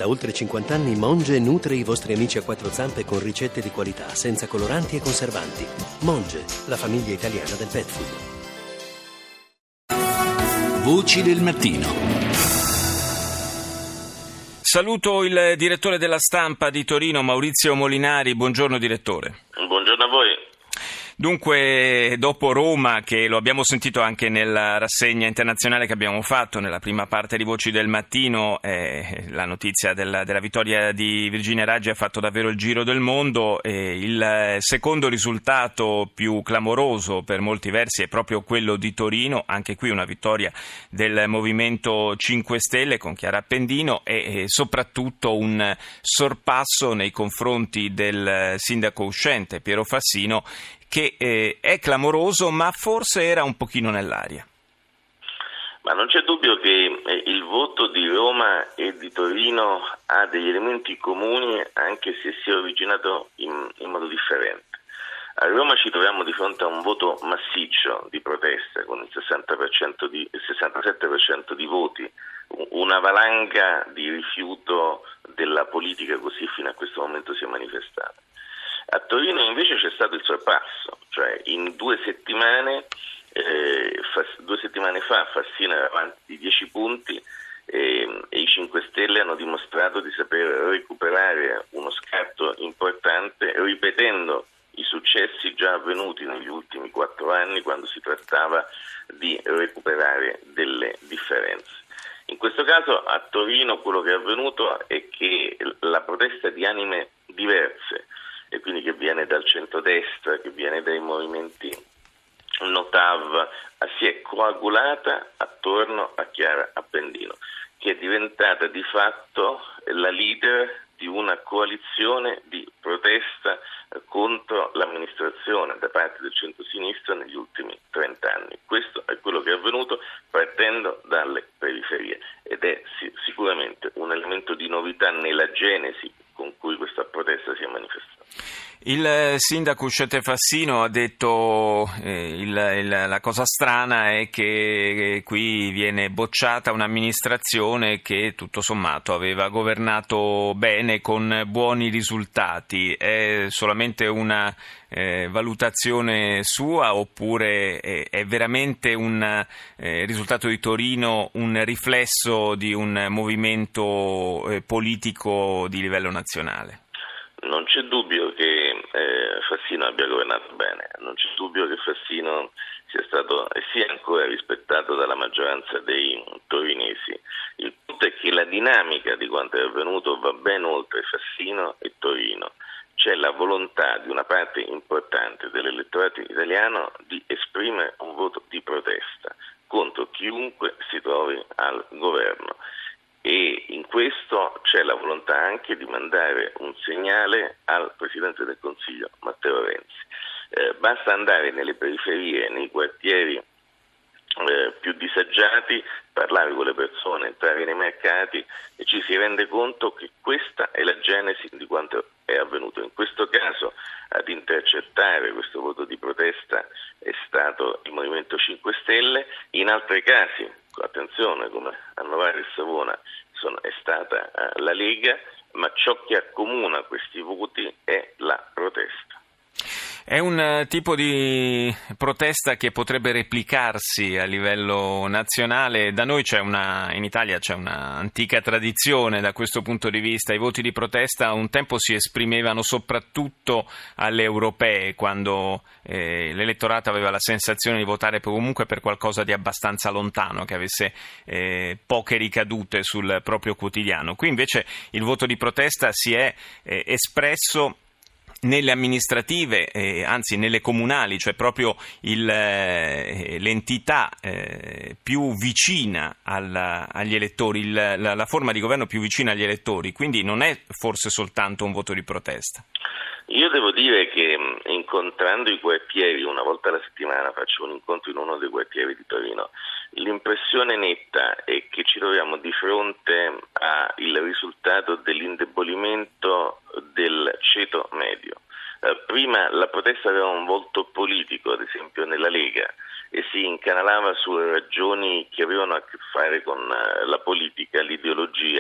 Da oltre 50 anni Monge nutre i vostri amici a quattro zampe con ricette di qualità, senza coloranti e conservanti. Monge, la famiglia italiana del pet food. Voci del mattino. Saluto il direttore della Stampa di Torino, Maurizio Molinari. Buongiorno direttore. Buongiorno a voi. Dunque, dopo Roma, che lo abbiamo sentito anche nella rassegna internazionale che abbiamo fatto nella prima parte di Voci del Mattino, la notizia della vittoria di Virginia Raggi ha fatto davvero il giro del mondo. Il secondo risultato più clamoroso per molti versi è proprio quello di Torino, anche qui una vittoria del Movimento 5 Stelle con Chiara Appendino e soprattutto un sorpasso nei confronti del sindaco uscente Piero Fassino, che è clamoroso, ma forse era un pochino nell'aria. Ma non c'è dubbio che il voto di Roma e di Torino ha degli elementi comuni, anche se si è originato in modo differente. A Roma ci troviamo di fronte a un voto massiccio di protesta, con il 67% di voti, una valanga di rifiuto della politica così fino a questo momento si è manifestata. A Torino invece c'è stato il sorpasso, cioè in 2 settimane fa Fassino era avanti di 10 punti e i 5 Stelle hanno dimostrato di saper recuperare uno scatto importante, ripetendo i successi già avvenuti negli ultimi 4 anni quando si trattava di recuperare delle differenze. In questo caso a Torino quello che è avvenuto è che la protesta di anime diverse, e quindi che viene dal centrodestra, che viene dai movimenti Notav, si è coagulata attorno a Chiara Appendino, che è diventata di fatto la leader di una coalizione di protesta contro l'amministrazione da parte del centro-sinistra negli ultimi 30 anni. Questo è quello che è avvenuto partendo dalle periferie ed è sicuramente un elemento di novità nella genesi con cui questa protesta si è manifestata. Il sindaco uscente Fassino ha detto la cosa strana è che qui viene bocciata un'amministrazione che tutto sommato aveva governato bene con buoni risultati. È solamente una valutazione sua oppure è veramente un risultato di Torino un riflesso di un movimento politico di livello nazionale? Non c'è dubbio che Fassino abbia governato bene, non c'è dubbio che Fassino sia stato e sia ancora rispettato dalla maggioranza dei torinesi. Il punto è che la dinamica di quanto è avvenuto va ben oltre Fassino e Torino. C'è la volontà di una parte importante dell'elettorato italiano di esprimere un voto di protesta contro chiunque si trovi al governo. E in questo c'è la volontà anche di mandare un segnale al Presidente del Consiglio Matteo Renzi. Basta andare nelle periferie, nei quartieri più disagiati, parlare con le persone, entrare nei mercati e ci si rende conto che questa è la genesi di quanto è avvenuto. In questo caso ad intercettare questo voto di protesta è stato il Movimento 5 Stelle, in altri casi, attenzione, come a Novara e Savona è stata la Lega, ma ciò che accomuna questi voti è la protesta. È un tipo di protesta che potrebbe replicarsi a livello nazionale. Da noi in Italia c'è una antica tradizione da questo punto di vista. I voti di protesta un tempo si esprimevano soprattutto alle europee, quando l'elettorato aveva la sensazione di votare comunque per qualcosa di abbastanza lontano, che avesse poche ricadute sul proprio quotidiano. Qui invece il voto di protesta si è espresso nelle amministrative, anzi nelle comunali, cioè proprio l'entità più vicina agli elettori, la forma di governo più vicina agli elettori, quindi non è forse soltanto un voto di protesta. Io devo dire che incontrando i quartieri, una volta alla settimana faccio un incontro in uno dei quartieri di Torino, l'impressione netta è che ci troviamo di fronte al risultato dell'indebolimento del ceto medio. Prima la protesta aveva un volto politico, ad esempio nella Lega, e si incanalava su ragioni che avevano a che fare con la politica, l'ideologia,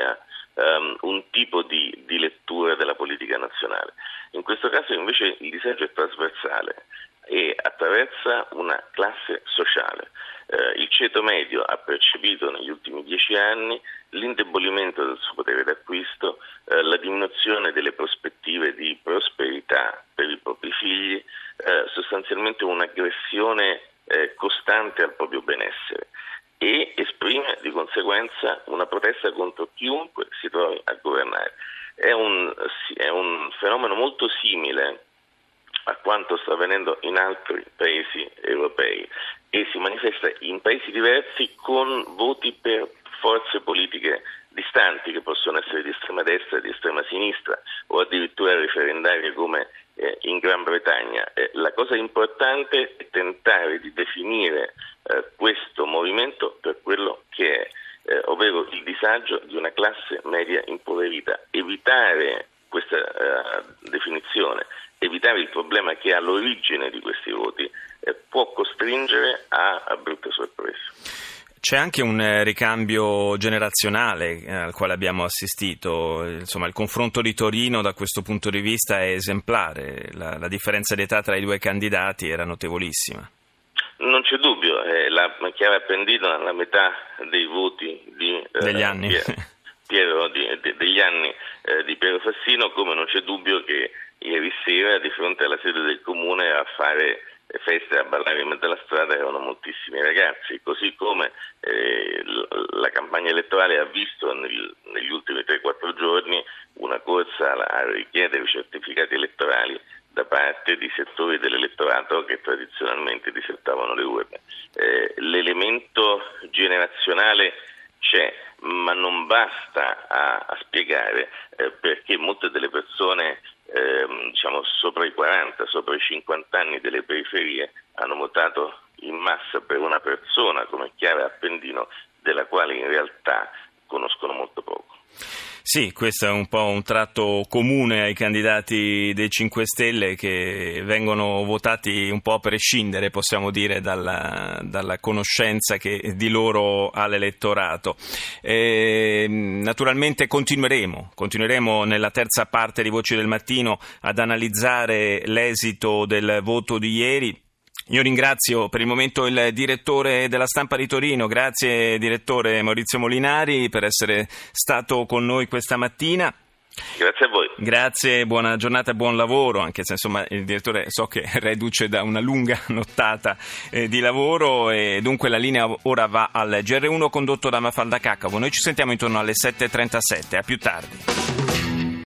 un tipo di lettura della politica nazionale. In questo caso invece il disagio è trasversale e attraversa una classe sociale. Il ceto medio ha percepito negli ultimi 10 anni l'indebolimento del suo potere d'acquisto, la diminuzione delle prospettive di prosperità per i propri figli, sostanzialmente un'aggressione costante al proprio benessere, e esprime di conseguenza una protesta contro chiunque si trovi a governare. È un fenomeno molto simile a quanto sta avvenendo in altri paesi europei e si manifesta in paesi diversi con voti per forze politiche distanti, che possono essere di estrema destra, di estrema sinistra o addirittura referendarie come in Gran Bretagna. La cosa importante è tentare di definire questo movimento per quello che è, ovvero il disagio di una classe media impoverita. Evitare questa definizione, evitare il problema che è all'origine di questi voti, può costringere a brutte sorprese. C'è anche un ricambio generazionale al quale abbiamo assistito. Insomma, il confronto di Torino da questo punto di vista è esemplare. La differenza di età tra i due candidati era notevolissima. Non c'è dubbio, la chiave appendita alla metà dei voti degli anni. Degli anni di Piero Fassino, come non c'è dubbio che ieri sera di fronte alla sede del comune a fare feste, a ballare in mezzo alla strada erano moltissimi ragazzi, così come la campagna elettorale ha visto negli ultimi 3-4 giorni una corsa a richiedere certificati elettorali da parte di settori dell'elettorato che tradizionalmente disertavano le urne. L'elemento generazionale c'è, ma non basta a spiegare perché molte delle persone sopra i 40, sopra i 50 anni delle periferie hanno votato in massa per una persona come chiave appendino della quale in realtà conoscono molto poco. Sì, questo è un po' un tratto comune ai candidati dei 5 Stelle, che vengono votati un po' a prescindere, possiamo dire, dalla conoscenza che di loro ha l'elettorato. Naturalmente continueremo nella terza parte di Voci del Mattino ad analizzare l'esito del voto di ieri. Io ringrazio per il momento il direttore della Stampa di Torino. Grazie direttore Maurizio Molinari per essere stato con noi questa mattina. Grazie a voi. Grazie, buona giornata e buon lavoro, anche se insomma il direttore so che è reduce da una lunga nottata di lavoro, e dunque la linea ora va al GR1 condotto da Mafalda Caccavo. Noi ci sentiamo intorno alle 7.37, a più tardi.